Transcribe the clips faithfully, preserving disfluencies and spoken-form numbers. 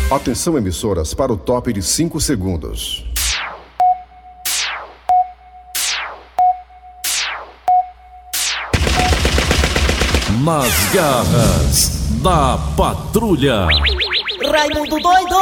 Atenção, emissoras, para o top de cinco segundos. Nas garras da patrulha. Raimundo doido!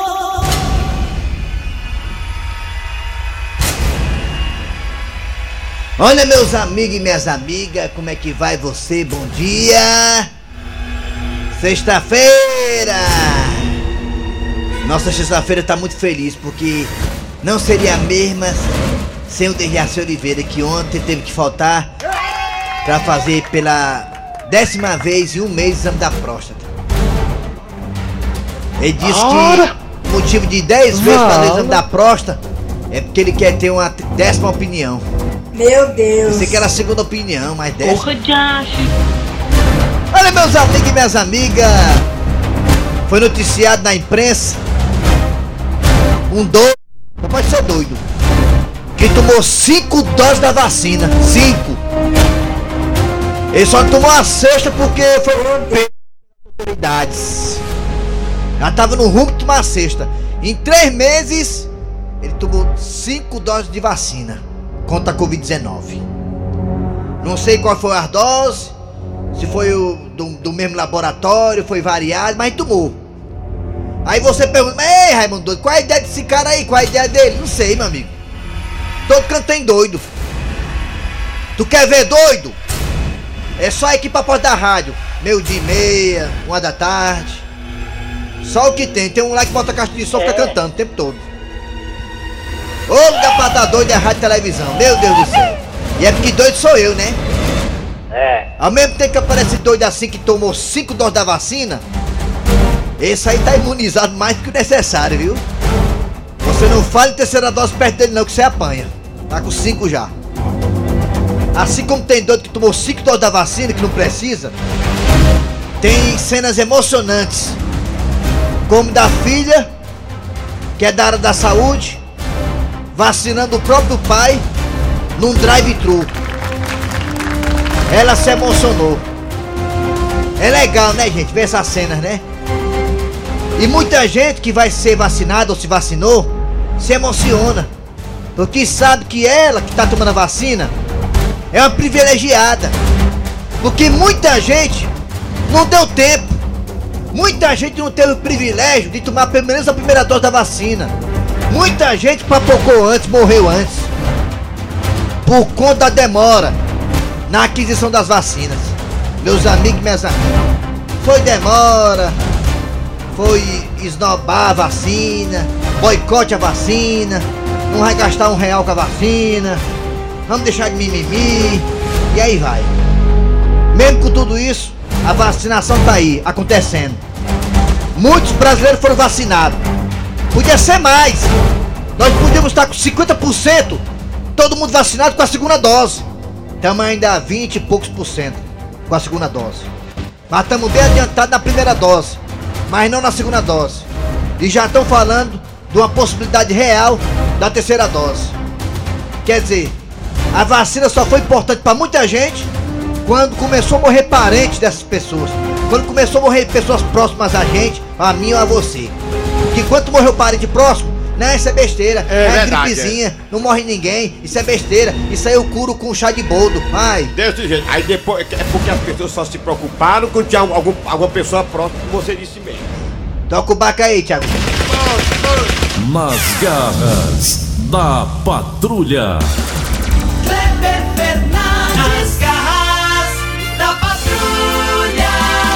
Olha, meus amigos e minhas amigas, como é que vai você? Bom dia! Sexta-feira! Nossa, sexta-feira tá muito feliz, porque não seria a mesma sem o Dejaci Oliveira, que ontem teve que faltar pra fazer pela décima vez em um mês o exame da próstata. Ele disse que o motivo de dez vezes fazer o exame da próstata é porque ele quer ter uma décima opinião. Meu Deus! Pensei que era a segunda opinião, mas décima. Porra, Jache! Olha, meus amigos e minhas amigas, foi noticiado na imprensa um doido, não pode ser doido, que tomou cinco doses da vacina. Cinco. Ele só tomou a sexta porque foi pelas autoridades. Já tava no rumo de tomar a sexta. Em três meses, ele tomou cinco doses de vacina contra a covid dezenove. Não sei qual foi as doses, se foi o do, do mesmo laboratório, foi variado, mas tomou. Aí você pergunta, ei, Raimundo doido, qual a ideia desse cara aí? Qual a ideia dele? Não sei, meu amigo. Todo canto tem doido. Tu quer ver doido? É só aqui pra porta da rádio. Meio dia e meia, uma da tarde. Só o que tem. Tem um lá que bota a caixa de som e fica cantando o tempo todo. Ô, lugar pra dar doido é a rádio e televisão. Meu Deus do céu. E é porque doido sou eu, né? É. Ao mesmo tempo que aparece doido assim que tomou cinco doses da vacina, esse aí tá imunizado mais do que o necessário, viu? Você não fale terceira dose perto dele não, que você apanha. Tá com cinco já. Assim como tem doido que tomou cinco doses da vacina, que não precisa, tem cenas emocionantes, como da filha, que é da área da saúde, vacinando o próprio pai num drive-thru. Ela se emocionou. É legal, né, gente, ver essas cenas, né? E muita gente que vai ser vacinada ou se vacinou se emociona, porque sabe que ela que tá tomando a vacina é uma privilegiada, porque muita gente não deu tempo, muita gente não teve o privilégio de tomar pelo menos a primeira dose da vacina. Muita gente papocou antes, morreu antes, por conta da demora na aquisição das vacinas. Meus amigos e minhas amigas, foi demora, foi esnobar a vacina, boicote a vacina, não vai gastar um real com a vacina, vamos deixar de mimimi, e aí vai. Mesmo com tudo isso, a vacinação tá aí, acontecendo. Muitos brasileiros foram vacinados. Podia ser mais. Nós podíamos estar com cinquenta por cento, todo mundo vacinado com a segunda dose. Estamos ainda a vinte e poucos por cento com a segunda dose. Mas estamos bem adiantados na primeira dose, mas não na segunda dose. E já estão falando de uma possibilidade real da terceira dose. Quer dizer, a vacina só foi importante para muita gente quando começou a morrer parentes dessas pessoas. Quando começou a morrer pessoas próximas a gente, a mim ou a você. Porque quando morreu parente próximo, não, isso é besteira, é, é verdade, gripezinha, é. Não morre ninguém, isso é besteira, isso aí eu curo com chá de boldo, vai. Desse jeito, aí depois, é porque as pessoas só se preocuparam quando tinha algum, alguma pessoa próxima que você disse mesmo. Toca o baca aí, Thiago. Nas garras da patrulha. Kleber Fernandes, nas garras da patrulha.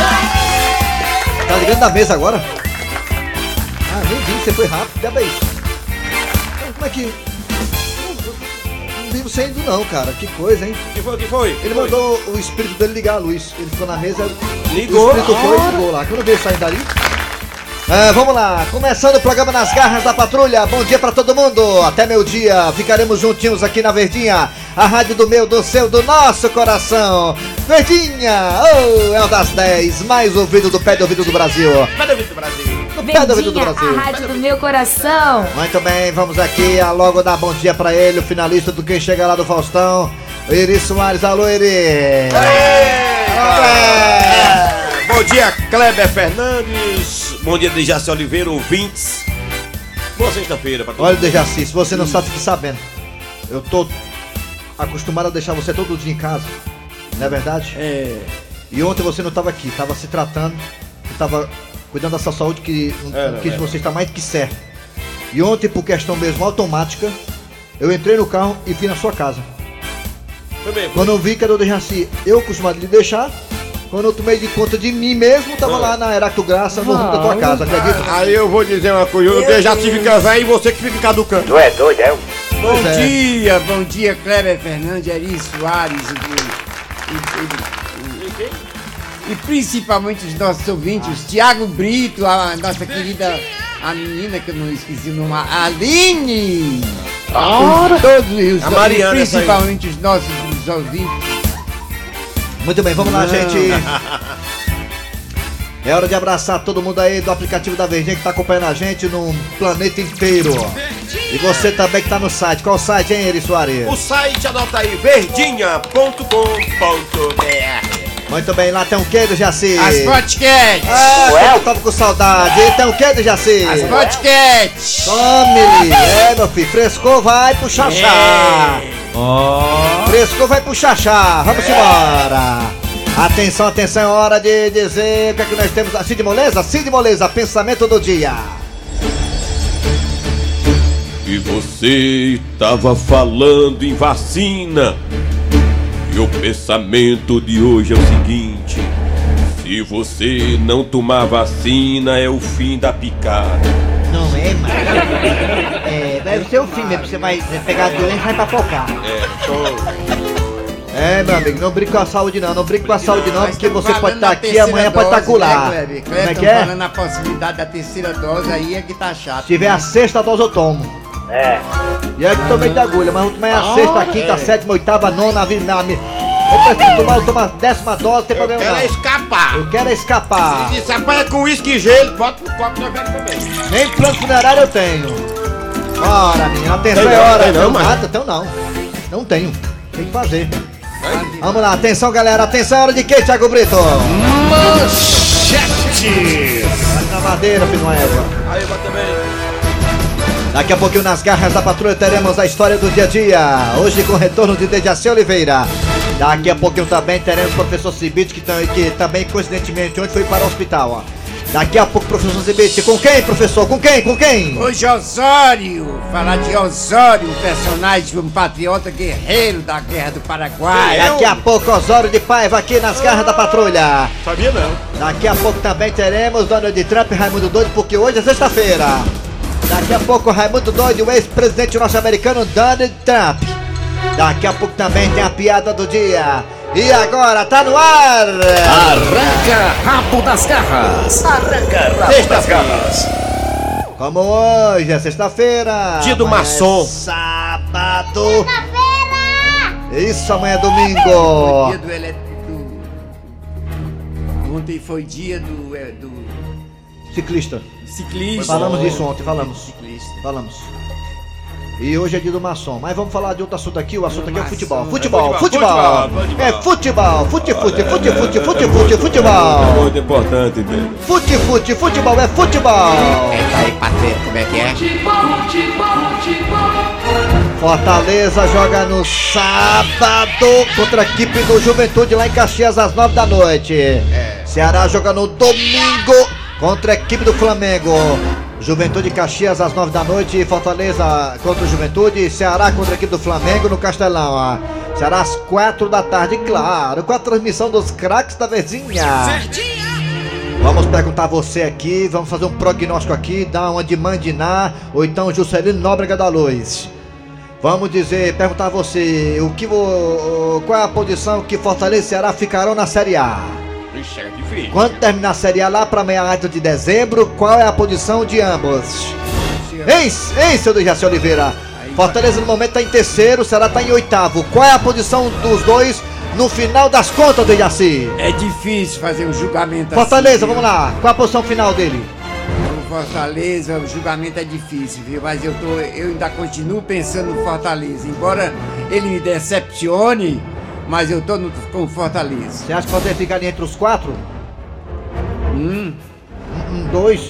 Tá ligando na mesa agora? Ah, nem vi, você foi rápido, já bem. Como é que... Não vivo sem indo não, cara, que coisa, hein? Que foi, que foi? Ele foi? mandou o espírito dele ligar a luz. Ele ficou na mesa, ligou, o espírito foi e ligou lá. Quando veio saindo dali... É, vamos lá, começando o programa Nas Garras da Patrulha. Bom dia pra todo mundo, até meu dia. Ficaremos juntinhos aqui na Verdinha, a rádio do meu, do seu, do nosso coração. Verdinha, oh, é uma das dez mais ouvido do pé do ouvido do Brasil. Pé do ouvido do Brasil. Do pé do ouvido do Brasil. A rádio do meu coração. Muito bem, vamos aqui a logo dar bom dia pra ele, o finalista do Quem Chega Lá do Faustão, Eri Soares. Alô, Eri. Bom dia, Kleber Fernandes. Bom dia, Dejaci Oliveira, ouvintes. Boa sexta-feira pra todos. Olha, Dejaci, se você não sabe, fique sabendo. Eu tô acostumado a deixar você todo dia em casa, não é verdade? É. E ontem você não estava aqui, estava se tratando, estava cuidando da sua saúde, que, É, que é. você está mais do que certo. E ontem, por questão mesmo automática, eu entrei no carro e fui na sua casa. Foi bem, foi. Quando eu vi que era o Dejaci, eu costumado lhe deixar. Quando eu tomei de conta de mim mesmo, tava Ah. lá na Heracto Graça, no rumo da tua casa, acredita? Aí eu vou dizer uma coisa, o Dejaci fica velho e você que fica caducando. Tu é doido, é? Bom Pois é. dia, bom dia, Kleber Fernandes, Eri Soares e, e, e, e principalmente os nossos ouvintes, Tiago Brito, a nossa querida, a menina que eu não esqueci o nome, a Aline! Todos os A Mariana, e principalmente os nossos os ouvintes. Muito bem, vamos lá, gente. É hora de abraçar todo mundo aí do aplicativo da Verdinha que tá acompanhando a gente no planeta inteiro. E você também que tá no site. Qual o site, hein, Eri Soares? O site, anota aí, verdinha ponto com ponto b r. Muito bem, lá tem um quê, Dejaci? As podcasts! Ah, como eu tava com saudade. E tem um quê, Dejaci? As podcasts! Tome-lhe. É, meu filho, frescou, vai pro xaxá. Ó. Frescou, vai pro xaxá. Vamos embora. Atenção, atenção, é hora de dizer o que é que nós temos. A Cid Moleza? Cid Moleza, pensamento do dia. E você estava falando em vacina. E o pensamento de hoje é o seguinte: se você não tomar vacina, é o fim da picada. Não é, mano. É, deve ser o fim mesmo. Você vai pegar a doença e vai papocar. É, tô... É, meu amigo, não brinque com a saúde não. Não brinque com a saúde não, Nós porque estamos você pode falando estar da aqui e terceira amanhã pode estar dose, acolá. né, Kleber? Como é Kleber, que estamos é? falando na possibilidade da terceira dose, aí é que tá chato. Se tiver a sexta dose eu tomo. É. E aí que tomei de agulha, mas eu tomei a sexta, a quinta, a sétima, a oitava, a nona, a vinte. Eu preciso tomar, eu tomo a décima dose, não tem Eu problema quero é não. escapar. Eu quero é escapar. Se apanha com uísque e gelo, bota no copo e nós vamos também. Nem plano funerário eu tenho. Ora, menina, atenção, Tem é não, hora. tem não, Tenho mano. nada, tenho não. Não tenho. Tem que fazer. Vamos lá, atenção galera, atenção, é hora de quê, Thiago Brito? Manchete. Vai na madeira, filho de uma égua. Aí, bota também. Daqui a pouquinho nas garras da patrulha teremos a história do dia a dia. Hoje com o retorno de Dejaci Oliveira. Daqui a pouquinho também teremos o professor Cibite, que, tam- que também coincidentemente ontem foi para o hospital. Ó. Daqui a pouco, professor Cibite, com quem, professor? Com quem? Com quem? Hoje Osório, falar de Osório, um personagem, um patriota guerreiro da Guerra do Paraguai. Daqui a pouco, Osório de Paiva aqui nas garras da patrulha. Sabia não. Daqui a pouco também teremos Donald Trump e Raimundo Doido, porque hoje é sexta-feira. Daqui a pouco, Raimundo Doido e o ex-presidente norte-americano Donald Trump. Daqui a pouco também tem a piada do dia. E agora, tá no ar! Arranca rabo das garras. Arranca rabo das garras. Como hoje é sexta-feira. Dia do amanhã maçom. É sábado. Sexta-feira! Isso, amanhã é Foi domingo. dia do elétrico. Ontem foi dia do, é, do Ciclista. ciclista. Falamos disso ontem, falamos. Ciclista. Falamos. E hoje é dia do maçom. Mas vamos falar de outro assunto aqui. O assunto aqui é Maçom. futebol. É Futebol, futebol, futebol. futebol, futebol. É futebol. Fute, fute, fute, fute, fute, fute, futebol. Muito importante, entendeu? Fute, fute, futebol é futebol. É, tá aí, parceiro, como é que é? Fortaleza joga no sábado contra a equipe do Juventude lá em Caxias às nove da noite. Ceará joga no domingo contra a equipe do Flamengo. Juventude Caxias às nove da noite, Fortaleza contra o Juventude, Ceará contra a equipe do Flamengo no Castelão. Ó. Ceará às quatro da tarde, claro, com a transmissão dos craques da Verzinha. Vamos perguntar a você aqui, vamos fazer um prognóstico aqui, dar uma de Mandiná, ou então Juscelino Nóbrega da Luz. Vamos dizer, perguntar a você, o que, o, qual é a posição que Fortaleza e Ceará ficarão na Série A? Ixi, é difícil. Quando terminar a Série A lá para meados de dezembro, qual é a posição de ambos? Hein, hein, seu Dejaci Oliveira? Fortaleza no momento está em terceiro, Ceará está em oitavo. Qual é a posição dos dois no final das contas, Dejaci? É difícil fazer um julgamento Fortaleza, assim, vamos lá. Qual a posição final dele? O Fortaleza, o julgamento é difícil, viu? Mas eu, tô, eu ainda continuo pensando no Fortaleza. Embora ele me decepcione, mas eu tô no, com o Fortaleza. Você acha que Fortaleza ficaria entre os quatro? Hum, Um, um, dois?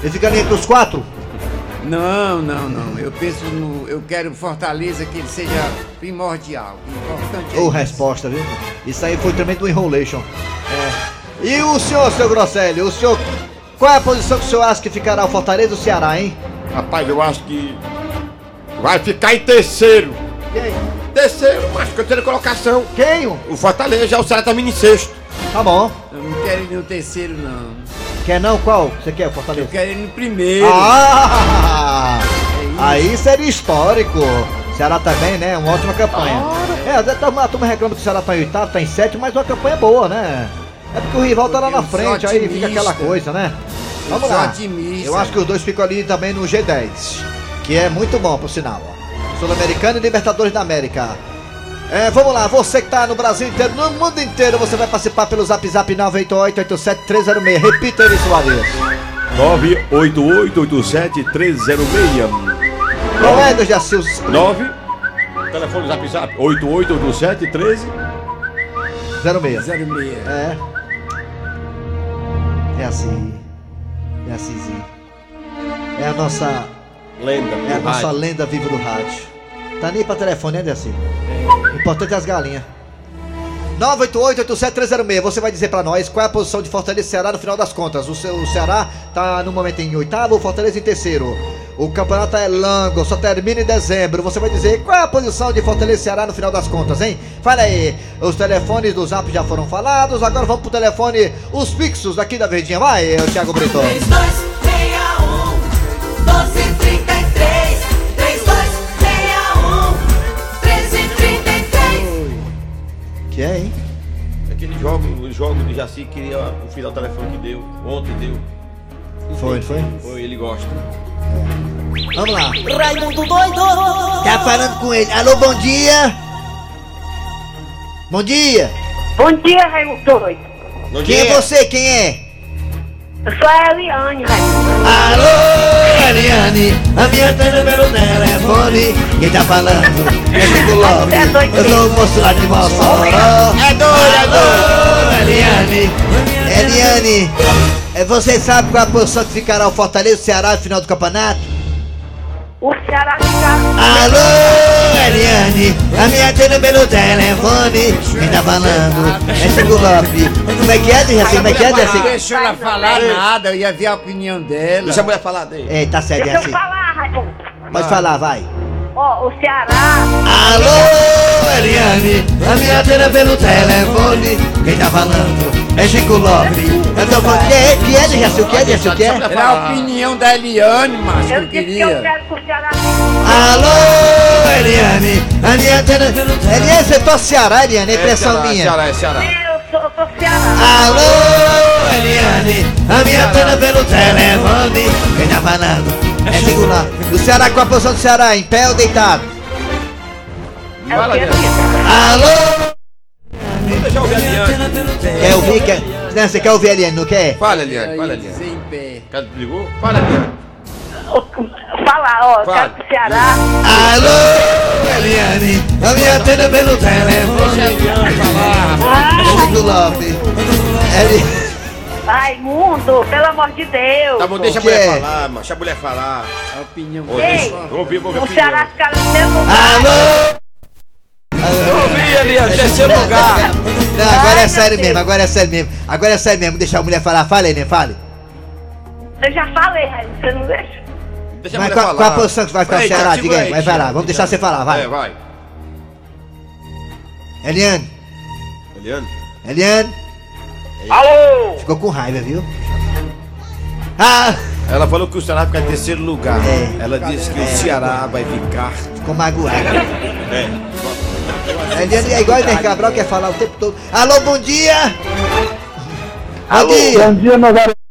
Ele fica ali entre os quatro? Não, não, não. Eu penso no. Eu quero Fortaleza que ele seja primordial. Importante. Ô, resposta, viu? Isso aí foi tremendo enrolation. É. E o senhor, seu Grosselli? O senhor. Qual é a posição que o senhor acha que ficará o Fortaleza ou o Ceará, hein? Rapaz, eu acho que vai ficar em terceiro. Quem? Terceiro, acho que terceira colocação. Quem? O Fortaleza, já o Ceará tá em sexto. Tá bom. Eu não quero ir no terceiro, não. Quer não? Qual? Você quer, o Fortaleza? Eu quero ir no primeiro. Ah! Aí seria histórico. O Ceará também, né? Uma ótima campanha. É, a turma, a turma reclama que o Ceará tá em oitavo, tá em sétimo, mas uma campanha boa, né? É porque o rival tá lá na frente, aí fica aquela coisa, né? Vamos lá. Otimista. Eu acho que os dois ficam ali também no G dez, que é muito bom, por sinal. Ó. Sul-Americano e Libertadores da América. É, vamos lá, você que tá no Brasil inteiro, no mundo inteiro, você vai participar pelo Zap Zap nove oito oito, oito sete três zero seis. Repita ele, sua vez. nove oito oito, oito sete três zero seis. Qual é, Deus de Assis? nove. Telefone Zap Zap. oito oito oito sete três zero seis. zero seis. É. É assim. É assim. É a nossa. Lenda. É a nossa rádio. lenda viva do rádio. Tá nem pra telefone, né, Deaci? Importante é as galinhas. nove oito oito, oito sete três zero seis. Você vai dizer pra nós qual é a posição de Fortaleza e Ceará no final das contas. O, seu, o Ceará tá no momento em oitavo, o Fortaleza em terceiro. O campeonato é longo, só termina em dezembro. Você vai dizer qual é a posição de Fortaleza e Ceará no final das contas, hein? Fala aí. Os telefones do Zap já foram falados. Agora vamos pro telefone, os fixos daqui da Verdinha. Vai, o Thiago Brito. três dois seis um, doze trinta e três. três dois seis um, treze trinta e três. Que é, hein? Aquele jogo, o jogo de Jaci queria o final do telefone que deu. Ontem deu. Foi, foi? Foi, ele gosta. Vamos lá. Raimundo doido. Tá falando com ele. Alô, bom dia. Bom dia. Bom dia, Raimundo doido. Bom Quem é você? Quem é? Eu sou a Eliane, Raimundo. Alô, Eliane, a minha tá no meu telefone. Quem tá falando é Chico Lopes. Eu sou o moço lá de Mossoró. É doido, é doido. Eliane, Eliane, é, você sabe qual é a posição que ficará o Fortaleza e o Ceará no final do campeonato? O Ceará fica... Alô, Eliane, a minha tá no meu telefone. Quem tá falando é Chico Lopes. Como é que é, Dejaci? Como é que é, Não Dejaci? deixa ela falar nada, eu ia ver a opinião dela. Deixa a mulher falar dele. É, tá certo, Deixa eu Dejaci. falar, Raimundo. Pode falar, vai. Ó, o Ceará... Alô, Eliane, a minha antena pelo telefone. Quem tá falando é Chico Lopes. Eu tô falando, que é, que é, Dejaci? O que é, Dejaci? O que é? Era a opinião da Eliane, macho, que Eu eu disse que eu queria. quero que o Ceará... Alô, Eliane, a minha antena... Eliane, você tá Ceará, Eliane, é impressão Ceará, minha. Ceará, é Ceará. Eu sou, eu sou Ceará. Alô, Eliane, a minha antena pelo telefone. Quem tá falando é Chico Lopes. O Ceará, qual a posição do Ceará? Em pé ou deitado? É o que? Alô, Deixa eu ouvir a Eliane. quer ouvir? Quer... Não, você quer ouvir a Eliane, não quer? Fala, Eliane, fala, Aí, Eliane. sem pé. Cadê ligou? Fala, Eliane. Falar, ó, Fala. quero que o Ceará... Alô, Eliane, a minha antena pelo telefone. Chico Lopes. Eli... Raimundo, pelo amor de Deus. Tá bom, deixa a O quê? mulher falar, mano. Deixa a mulher falar. A opinião Ô, dela. Ei, deixa- Vamos ouvir, vamos ouvir a o Ceará opinião. fica no mesmo lugar. Alô? Ouvi, Eliane, terceiro lugar. Não, agora é sério mesmo, agora é sério mesmo. Agora é sério mesmo, deixa a mulher falar. Fala aí, né? Fale. Eu já falei, Raimundo, você não deixa? Deixa a Mas mulher qual, falar. qual a posição que vai ficar o Ei, Ceará? segura Diga aí, vai, vai lá. Vamos segura. deixar você falar, vai. É, vai. Eliane, Eliane. Eliane, Alô? ficou com raiva, viu? Ah, Ela falou que o Ceará fica em terceiro lugar. É. Ela disse que o Ceará vai ficar. ficou magoado. É. Eliane é igual a Eder Cabral, quer falar o tempo todo. Alô, bom dia! Bom Alô? dia! Bom dia, meu garoto.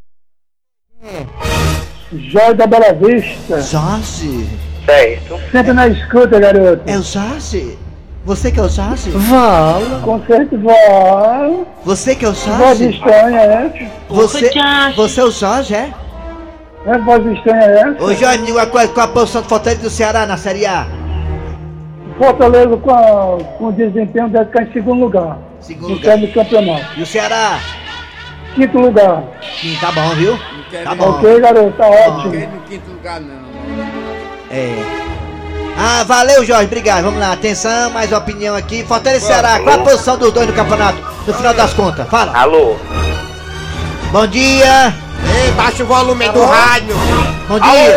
Jorge da Bela Vista. Jorge, Certo. Sempre na escuta, garoto. é o Jorge? Você que é o Jorge? Com certeza, vó. Você que é o Voz Jorge? estranha essa. Você, você é o Jorge, é? É voz estranha essa. Ô Jorge, diga uma coisa, qual a posição do Fortaleza e do Ceará na Série A? Fortaleza com, a, com o desempenho deve ficar em segundo lugar. Segundo No lugar. do campeonato. E o Ceará? quinto lugar. Sim, tá bom, viu? Não quero Tá ir- bom. Ok, garoto, tá Não ótimo. quero ir no quinto lugar, não. É. Ah, valeu, Jorge, obrigado. Vamos lá, atenção, mais uma opinião aqui. Fortaleza e Ceará, qual a posição dos dois no campeonato, no final das contas? Fala. Alô? Bom dia. Ei, baixa o volume do rádio. Bom dia.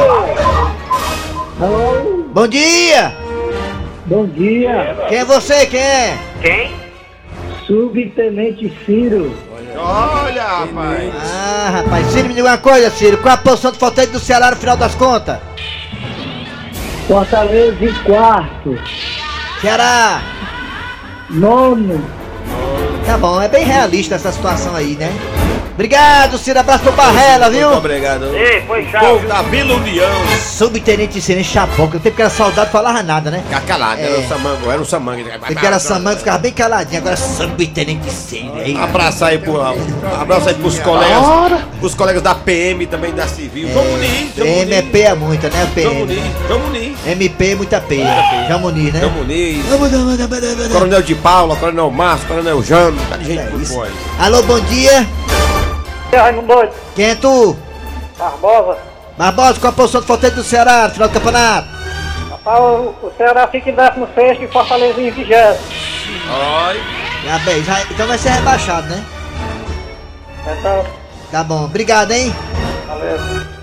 Alô? Bom dia. Bom dia, Quem é você? Quem é? Quem? Subtenente Ciro. Olha, rapaz. Ah, rapaz, Ciro, me diga uma coisa, Ciro. Qual a posição do Fortaleza do Ceará no final das contas? Fortaleza em quarto. Ceará. Nono. Tá bom, é bem realista essa situação aí, né? Obrigado, Ciro. Abraço pro Barrela, viu? Muito obrigado. Ei, foi tchau. Povo da Vila União. Subtenente Ciro, chaboca. No tempo que era soldado, falava nada, né? Fica calado, era É. um samango, era um samango. Tempo que era samanga, ficava bem caladinho. Agora Subtenente Ciro. Aí, Abraço aí, pro, abraço aí pros colegas, pros colegas da P M também da Civil. João Muniz, João M é Muniz. P é muita, né? P João M. Muniz, João Muniz. M P é muita P. João Muniz, né? João Muniz. Vamos, vamos, vamos, vamos, vamos. Coronel de Paula, Coronel Márcio, Coronel Jano, tá de gente É muito isso. boa aí. Alô, bom dia. E aí, Raimundo doido? Quem é tu? Barbosa. Barbosa, qual a posição do Fortaleza do Ceará no final do campeonato? Rapaz, o, o Ceará fica em décimo sexto e Fortaleza em vigésimo. Oi. Já bem, já- então vai ser rebaixado, né? Então, Tá bom, obrigado, hein? valeu.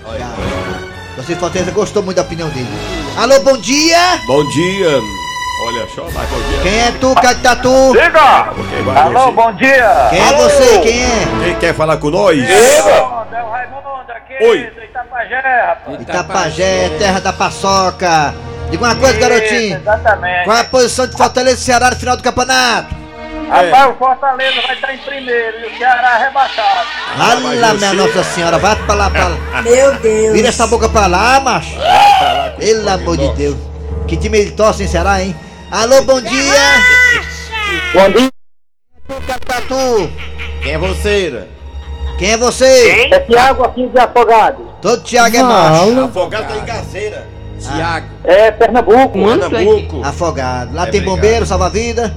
Você, Fortaleza, gostou muito da opinião dele. Alô, bom dia. Bom dia. Olha só, vai, bom dia. Quem é tu, Cactatu? Diga! Ok, vai, Alô, gente. bom dia! Quem é você? Quem é? Quem quer falar com nós? Diga! É o Raimundo aqui Oi. do Itapajé, rapaz. Itapajé, terra da paçoca. Diga uma coisa, Isso, garotinho. exatamente. Qual é a posição de Fortaleza e Ceará no final do campeonato? Rapaz, o Fortaleza vai estar em primeiro e o Ceará rebaixado. Lá, mas lá, você- minha Nossa Senhora, vai pra lá, pra lá. Meu Deus. Vira essa boca pra lá, macho. Pelo amor de Deus. Que time ele torce em Ceará, hein? Alô, bom dia. Bom dia. Cacatu. Quem é você? Quem é você? É Thiago aqui de Afogado. Todo Thiago é macho. Afogado tá em Gazeira. Tiago. É Pernambuco. Pernambuco. Afogado. Lá É, tem obrigado. bombeiro, salva-vida.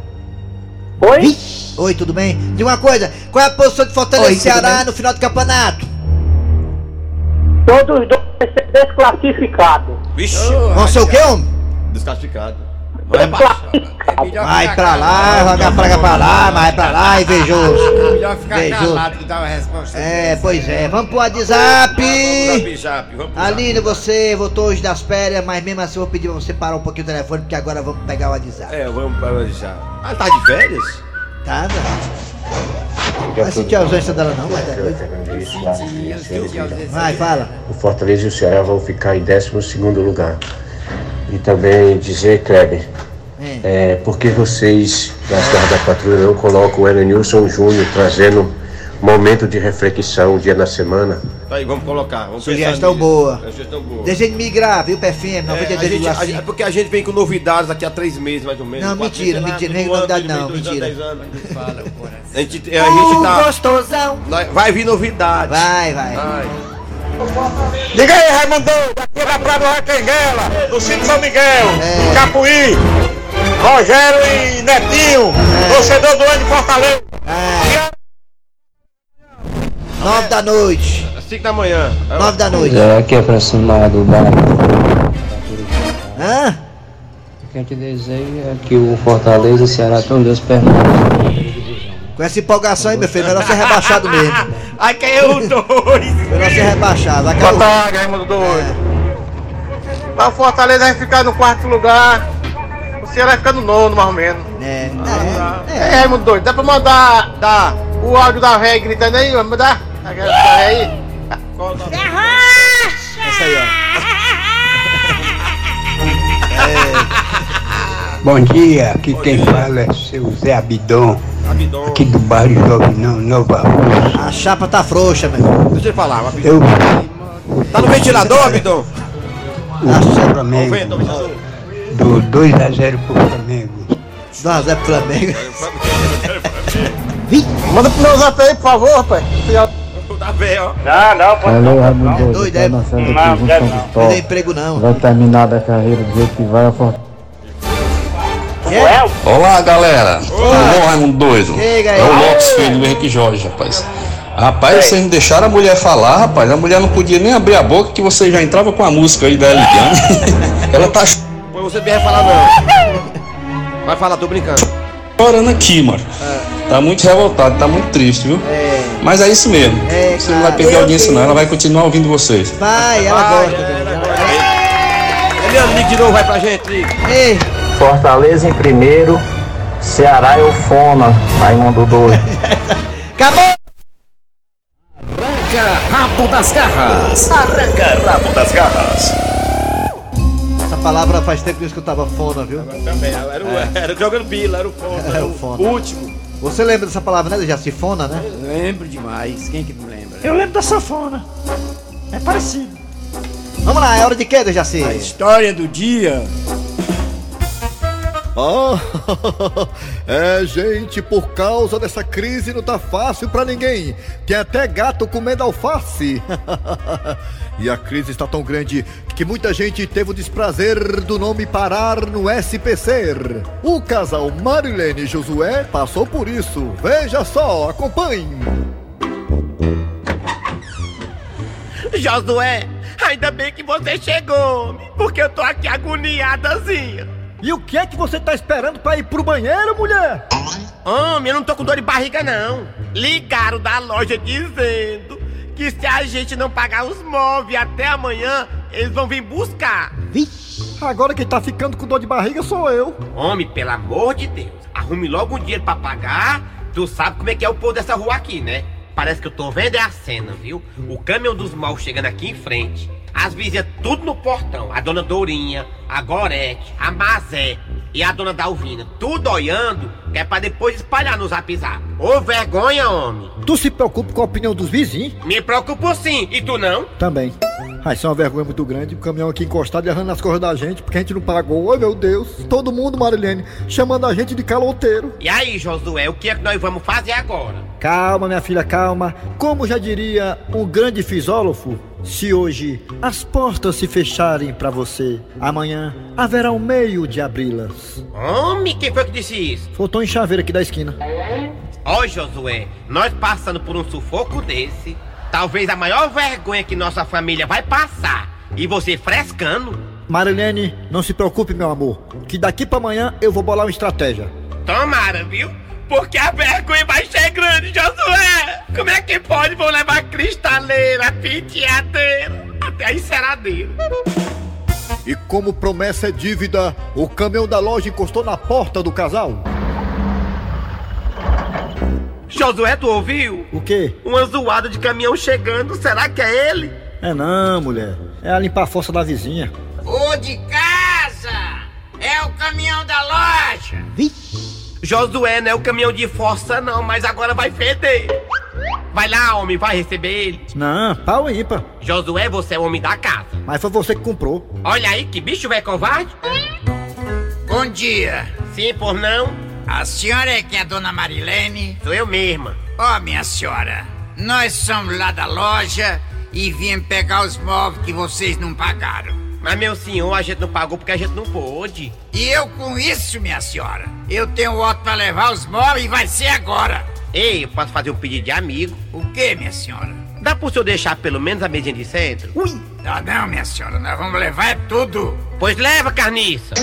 Oi? Oi, tudo bem? Diga uma coisa, qual é a posição de Fortaleza e Ceará no final do campeonato? Todos os dois vão ser desclassificados. Vixe. Vão ser o quê, homem? Desclassificado. Vai baixar. É melhor Vai ficar pra lá, calado. joga a praga pra lá, vai pra lá, invejoso. Melhor ficar Invejoso. calado que dá uma resposta. É, pois é, vamos pro WhatsApp. Zap, zap, vamos pro zap. Aline, você voltou hoje das férias, mas mesmo assim eu vou pedir pra você parar um pouquinho o telefone, porque agora vamos pegar o WhatsApp. É, vamos para o já. Ah, tá de férias? Tá, não? Vai sentir a ausência dela não, mas é doido. Vai, fala. O Fortaleza e o Ceará vão ficar em décimo segundo lugar. E também dizer, Kleber, É. é, por que vocês, das Garras da Patrulha, não colocam o Elenilson Júnior trazendo momento de reflexão um dia na semana? Tá aí, vamos colocar. Vamos Sugestão pensar nisso. boa. Sugestão boa. Desejo de migrar, viu, P F M, É, noventa e a dois gente, vírgula a, cinco. é porque a gente vem com novidades daqui a três meses, mais ou menos. Não, quatro mentira, meses, sei lá, mentira, não um vem ano, novidade não, dois anos, mentira. dez anos. Fala, coração. A gente, a gente tá. Gostosão. nós- Vai vir novidades. Vai, vai. Vai. Diga aí, Raimundo, daqui da Praia do Requenguela, do Cine São Miguel, É. Capuí, Rogério e Netinho, torcedor do ano de Fortaleza. É. Nove da noite. cinco da manhã. Nove da noite. É, aqui aproximado do bairro. Hã? O que a gente deseja é que o Fortaleza e o Ceará estão dois permanentes. Com essa empolgação aí, meu filho, melhor ser rebaixado mesmo. Aí caiu os dois. Melhor ser rebaixado. Vai Boa cair tarde, Raimundo doido. Mas o Fortaleza vai ficar no quarto lugar, o Ceará vai ficar no nono, mais ou menos. o... É, é, É, Raimundo doido, dá pra mandar dar o áudio da véia gritando aí, vamos mandar? Aquela véia aí? Essa aí, ó. Bom dia, aqui quem fala é seu Zé Abidon, Abidon. aqui do bairro Jovinão, Nova Rússia. A chapa tá frouxa, meu irmão. Deixa eu falar, Abidon. Eu, Tá no ventilador, Abidon? o Flamengo, Vento, ventilador. do dois a zero pro Flamengo. dois a zero pro Flamengo. Manda pro meu zap aí, por favor, rapaz. Tá velho, ó. Não, não, pode Alô, Raimundo, Doido, é? tá lançando aqui Não, junto quero com o não. Não Cristóvão. tem emprego não. Vai terminar da carreira do jeito que vai a Fortaleza. É? Olá, galera. Tudo bom, Raimundo Doido? Chega aí. É o Lopes, filho do Henrique Jorge, rapaz. Rapaz, vocês não deixaram a mulher falar, rapaz. A mulher não podia nem abrir a boca que você já entrava com a música aí dela ligando. Ela tá Pois você não vai falar não. Vai falar, tô brincando. chorando aqui, mano. É. Tá muito revoltado, tá muito triste, viu? É. Mas é isso mesmo. É, você não vai perder a audiência não, ela vai continuar ouvindo vocês. Vai, ela Vai, gosta. ela gosta. Eliane, liga de novo, vai pra gente, liga. Ei. Fortaleza em primeiro, Ceará e Eufona, Raimundo doido. Acabou! Arranca rabo das garras. Arranca rabo das garras. Essa palavra faz tempo que eu escutava fona, viu? Também, era o, É. era o jogando bila, era o fona, Era era o o fona. último. Você lembra dessa palavra, né? Já se fona, né? Eu lembro demais, quem que não lembra? Eu lembro da sanfona. É parecido. Vamos lá, é hora de quê, Dejaci? A história do dia. Ah, é, gente, por causa dessa crise não tá fácil pra ninguém. Tem até gato comendo alface. E a crise está tão grande que muita gente teve o desprazer do nome parar no S P C. O casal Marilene e Josué passou por isso. Veja só, acompanhe. Josué, ainda bem que você chegou, porque eu tô aqui agoniadazinha. E o que é que você tá esperando pra ir pro banheiro, mulher? Homem, eu não tô com dor de barriga, não. Ligaram da loja dizendo que se a gente não pagar os móveis até amanhã, eles vão vir buscar. Vixe, agora quem tá ficando com dor de barriga sou eu. Homem, pelo amor de Deus, arrume logo um dinheiro pra pagar. Tu sabe como é que é o povo dessa rua aqui, né? Parece que eu tô vendo é a cena, viu? O caminhão dos maus chegando aqui em frente. As vizinhas tudo no portão. A dona Dourinha, a Gorete, a Mazé e a dona Dalvina. Tudo olhando, que é pra depois espalhar no zap zap. Ô vergonha, homem. Tu se preocupa com a opinião dos vizinhos? Me preocupo sim, e tu não? Também. Ah, isso é uma vergonha muito grande. O caminhão aqui encostado e errando nas coisas da gente porque a gente não pagou. Ai, meu Deus. Todo mundo, Marilene, chamando a gente de caloteiro. E aí, Josué, o que é que nós vamos fazer agora? Calma, minha filha, calma. Como já diria um grande fisógrafo, se hoje as portas se fecharem pra você, amanhã haverá um meio de abri-las. Homem, quem foi que disse isso? Faltou em chaveiro aqui da esquina. Ó, Josué, nós passando por um sufoco desse, talvez a maior vergonha que nossa família vai passar, e você frescando. Marilene, não se preocupe, meu amor, que daqui pra amanhã eu vou bolar uma estratégia. Tomara, viu? Porque a vergonha vai ser grande, Josué! Como é que pode? Vão levar cristaleira, penteadeira, até a enceradeira. E como promessa é dívida, o caminhão da loja encostou na porta do casal. Josué, tu ouviu? O quê? Uma zoada de caminhão chegando, será que é ele? É não, mulher. É a limpar a força da vizinha. Ô de casa! É o caminhão da loja! Vixe! Josué não é o caminhão de força não, mas agora vai feder. Vai lá, homem, vai receber ele. Não, pau ímpar. Josué, você é o homem da casa. Mas foi você que comprou. Olha aí, que bicho velho covarde. Bom dia. Sim, por não? A senhora é que é a dona Marilene? Sou eu mesma. Ó, oh, minha senhora, nós somos lá da loja e viemos pegar os móveis que vocês não pagaram. Mas, meu senhor, a gente não pagou porque a gente não pôde. E eu com isso, minha senhora, eu tenho outro pra levar os móveis e vai ser agora. Ei, eu posso fazer um pedido de amigo? O quê, minha senhora? Dá pro senhor deixar pelo menos a mesinha de centro? Ui! Dá não, minha senhora, nós vamos levar é tudo. Pois leva, carniça.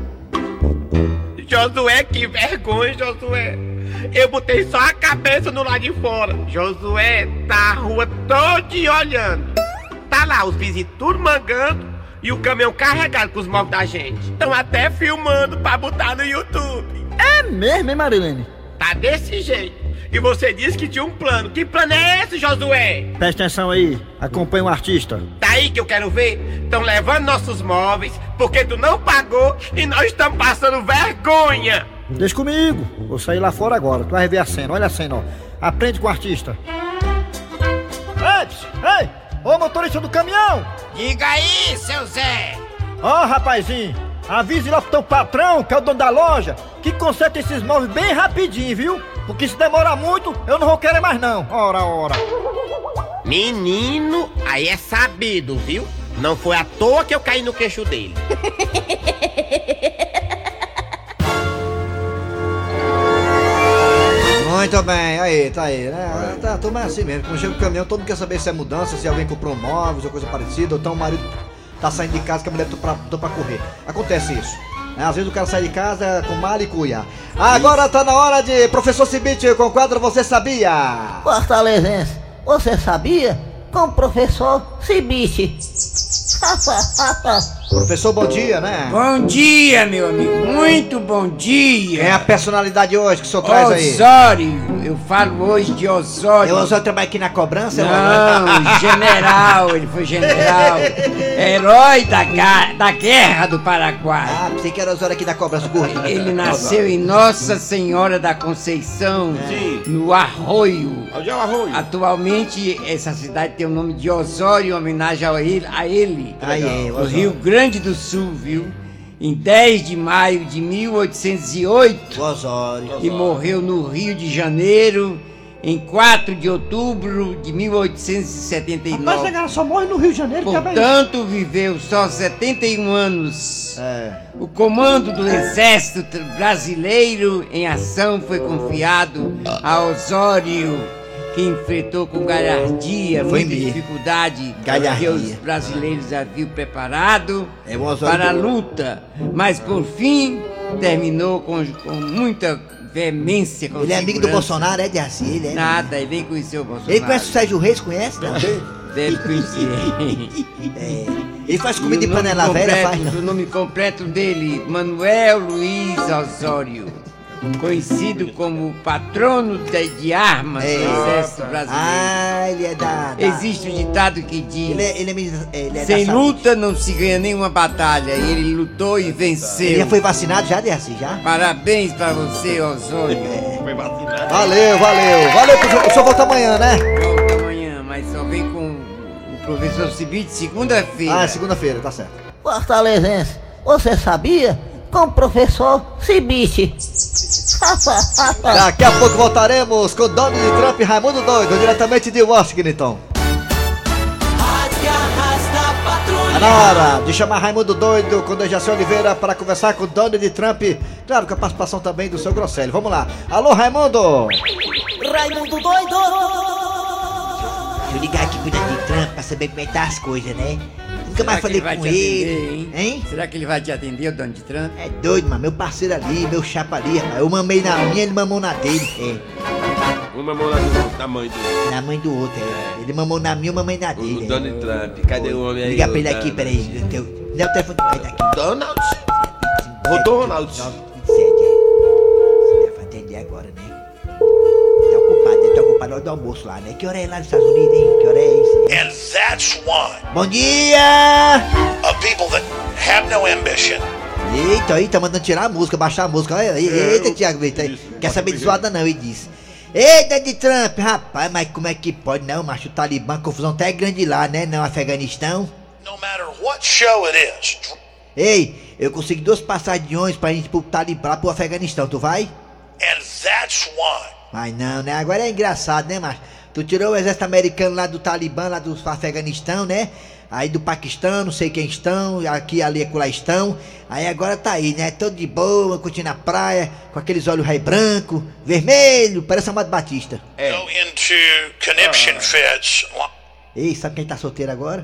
Josué, que vergonha, Josué. Eu botei só a cabeça no lado de fora. Josué, tá a rua toda olhando. Tá lá os vizinhos tudo mangando e o caminhão carregado com os móveis da gente. Estão até filmando pra botar no YouTube. É mesmo, hein, Marilene? Tá desse jeito. E você disse que tinha um plano. Que plano é esse, Josué? Presta atenção aí, acompanha o artista. Tá aí que eu quero ver. Estão levando nossos móveis porque tu não pagou e nós estamos passando vergonha. Deixa comigo, vou sair lá fora agora. Tu vai ver a cena, olha a cena, ó. Aprende com o artista. Ei, ei, ô motorista do caminhão! Diga aí, seu Zé! Ó, oh, rapazinho, avise lá pro teu patrão, que é o dono da loja, que conserta esses móveis bem rapidinho, viu? Porque se demorar muito, eu não vou querer mais não. Ora, ora. Menino, aí é sabido, viu? Não foi à toa que eu caí no queixo dele. Muito bem, aí, tá aí, né? Tá, tudo é assim mesmo. Quando chega o caminhão, todo mundo quer saber se é mudança, se alguém comprou móveis ou coisa parecida, ou então o marido tá saindo de casa que a mulher tá pra, tá pra correr. Acontece isso. Né? Às vezes o cara sai de casa com mala e cuia. Agora tá na hora de Professor Cibite com o quadro Você Sabia? Fortalezense, você sabia? Com o professor Cibite. Professor, bom dia, né? Bom dia, meu amigo. Muito bom dia. Quem é a personalidade hoje que o senhor traz aí? Osório. Eu falo hoje de Osório. Eu Osório trabalha aqui na cobrança? Não, general. Ele foi general. Herói da, ga- da guerra do Paraguai. Ah, pensei que era Osório aqui da cobrança, gordo. Ele nasceu em Nossa Senhora da Conceição, Sim. no Arroio. Onde é o Arroio? Atualmente, essa cidade tem o nome de Osório, em homenagem a ele, a ele Aí, é, no Osório. Rio Grande do Sul, viu? Em dez de maio de mil oitocentos e oito. Osório. E morreu no Rio de Janeiro, em quatro de outubro de mil oitocentos e setenta e nove. Mas a galera só morre no Rio de Janeiro, que é bem. Portanto, viveu só setenta e um anos. É. O comando do exército brasileiro em ação foi confiado a Osório, que enfrentou com galhardia Foi muita mesmo. dificuldade Galhardia. que os brasileiros haviam preparado É o Osório para a do- luta, mas por fim terminou com, com muita veemência. Com Ele é amigo do segurança. Bolsonaro, é de assim, ele é. Nada, ele vem conhecer o Bolsonaro. Ele conhece o Sérgio Reis, conhece? Não? Deve conhecer. É. Ele faz comida E de o nome panela velha, completo- faz não? O nome completo dele, Manuel Luiz Osório, conhecido como patrono de, de armas É. do exército brasileiro. Ah, ele é da... da- Existe um ditado que diz: Ele é, ele é, militar- ele é sem da saúde. luta não se ganha nenhuma batalha. E ele lutou e venceu. Ele já foi vacinado já, de assim, já? Parabéns pra você, Osório. Foi vacinado. Valeu, valeu. Valeu, professor. O senhor volta amanhã, né? Volta amanhã, mas só vem com o professor Cibite segunda-feira. Ah, segunda-feira, tá certo. Fortalezense, você sabia? Com o professor Cibite. Daqui a pouco voltaremos com Donald Trump e Raimundo Doido, diretamente de Washington. As garras da patrulha. Tá na hora de chamar Raimundo Doido com Dejaci Oliveira para conversar com Donald Trump. Claro, com a participação também do seu Grosselio. Vamos lá. Alô, Raimundo! Raimundo doido. Deixa eu ligar aqui pro Donald Trump pra saber como é que tá as coisas, né? Nunca Será mais que falei ele vai com te ele. atender, hein? Hein? Será que ele vai te atender, o Donald Trump? É doido, mano. Meu parceiro ali, meu chapa ali, rapaz. Eu mamei na minha, ele mamou na dele. É. Uma mão lá do- da mãe do. Na mãe do outro, é. Ele mamou na minha, eu mamei na dele. O é. Donald Trump. Cadê o homem aí? Liga pra ele o aqui, Donald? peraí. Teu... Não é o telefone do pai daqui. Donald? Rodou, Ronaldo. nove vinte e sete, é. Você deve atender agora, né? Tá ocupado, deve estar ocupado na hora do almoço lá, né? Que hora é lá nos Estados Unidos, hein? Que hora é isso? And that's one Bom dia! of people that have no ambition. Eita, aí tá mandando tirar a música, baixar a música. Olha aí, eita, Thiago, eita, aí. Quer saber de zoada não, ele disse. Eita, de Trump, rapaz, mas como é que pode não, macho? O Talibã, a confusão tá é grande lá, né? Não, Afeganistão. No matter what show it is. Ei, eu consegui duas passagens de ônibus pra gente ir pro Talibã, pro Afeganistão, tu vai? And that's one. Mas não, né? Agora é engraçado, né, macho? Tu tirou o exército americano lá do Talibã, lá do Afeganistão, né? Aí do Paquistão, não sei quem estão, aqui, ali, acolá estão. Aí agora tá aí, né? Todo de boa, curtindo a praia, com aqueles olhos rei branco, vermelho, parece Amado Batista. Go into conniption fits. Ei, sabe quem tá solteiro agora?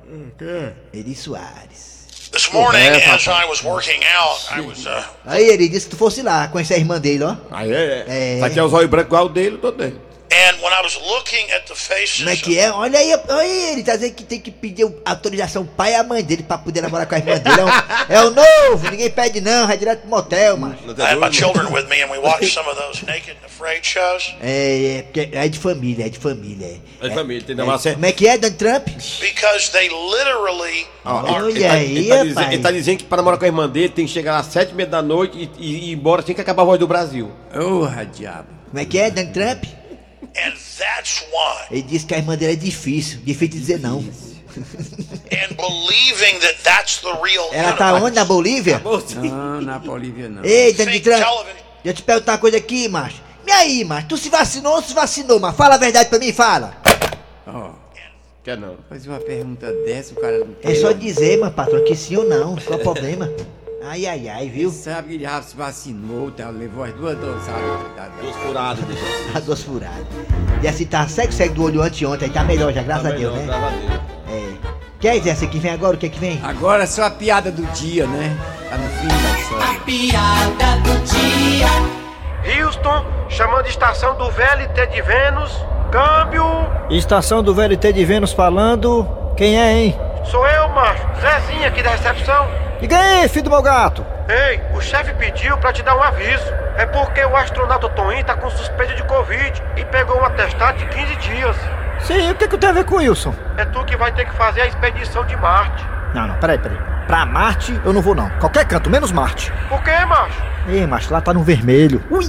Eri Soares. This morning, É, as papai. I was working out, I was uh, Aí ele disse que tu fosse lá, conhecer a irmã dele, ó. Aí é. É. Só que é os olhos brancos igual o dele, todo dele. and when I was looking at the faces Como é que é? Olha aí, olha aí, ele tá dizendo que tem que pedir autorização ao pai e à mãe dele pra poder namorar com a irmã dele. É o, é o novo, ninguém pede não, vai direto pro motel, mano. I had my children with me and we watched some of those naked and afraid shows. É, é, porque é de família, é de família. É de família, tem É, negócio é. como é que é, Donald Trump? Because they literally Olha Ele tá, aí, ele, tá dizendo, rapaz. ele tá dizendo que para namorar com a irmã dele tem que chegar às sete e meia da noite e, e, e ir embora assim que acabar a voz do Brasil. Porra, diabo. Como é que é, Donald Trump? and that's why Ele disse que a irmã dele é difícil, difícil de dizer não. and believing that that's the real Ela tá onde, na Bolívia? Não, na Bolívia não. Ei, Donald Trump, deixa eu te perguntar uma coisa aqui, macho. E aí, macho, tu se vacinou ou se vacinou, macho? Fala a verdade pra mim, fala. Ó, Quer não? fazer uma pergunta dessa, o cara não É só dizer, mano, patrão, que sim ou não, qual é o problema? Ai, ai, ai, viu? Sabe que ele já se vacinou, tá? Levou as duas doses, sabe? Duas furadas, deixa assim. As duas furadas. E assim, tá cego, cego do olho anteontem, aí tá melhor já, graças Tá a Deus, melhor, né? graças a Deus. É. Quer dizer, essa que vem agora, o que é que vem? Agora só a piada do dia, né? Tá no fim da história. A piada do dia. Houston, chamando a estação do V L T de Vênus. Câmbio. Estação do V L T de Vênus falando. Quem é, hein? Sou eu, macho. Zezinho aqui da recepção. Diga aí, filho do meu gato. Ei, o chefe pediu pra te dar um aviso. É porque o astronauta Toninho tá com suspeita de Covid e pegou um atestado de quinze dias. Sim, o que, que tem a ver com o Wilson? É tu que vai ter que fazer a expedição de Marte. Não, não, peraí, peraí. Pra Marte eu não vou não. Qualquer canto, menos Marte. Por quê, macho? Ei, macho, lá tá no vermelho. Ui!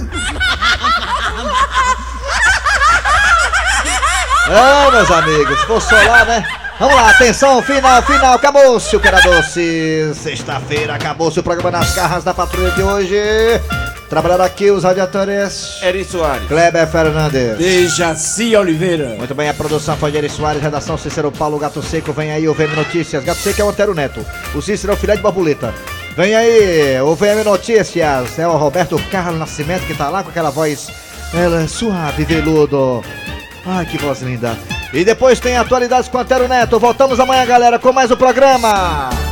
Ah, meus amigos, se for só lá, né? Vamos lá, atenção, final, final, acabou-se o que era doce. Sexta-feira, acabou-se o programa Nas Garras da Patrulha de hoje. Trabalharam aqui os radiadores Eri Soares, Kleber Fernandes, Dejaci Oliveira. Muito bem, a produção foi de Eri Soares, redação Cícero Paulo, Gato Seco. Vem aí o V M Notícias. Gato Seco é o Antero Neto, o Cícero é o filé de borboleta. Vem aí o V M Notícias, é o Roberto Carlos Nascimento que tá lá com aquela voz, ela é suave, veludo. Ai, que voz linda. E depois tem atualidades com Antero Neto. Voltamos amanhã, galera, com mais o programa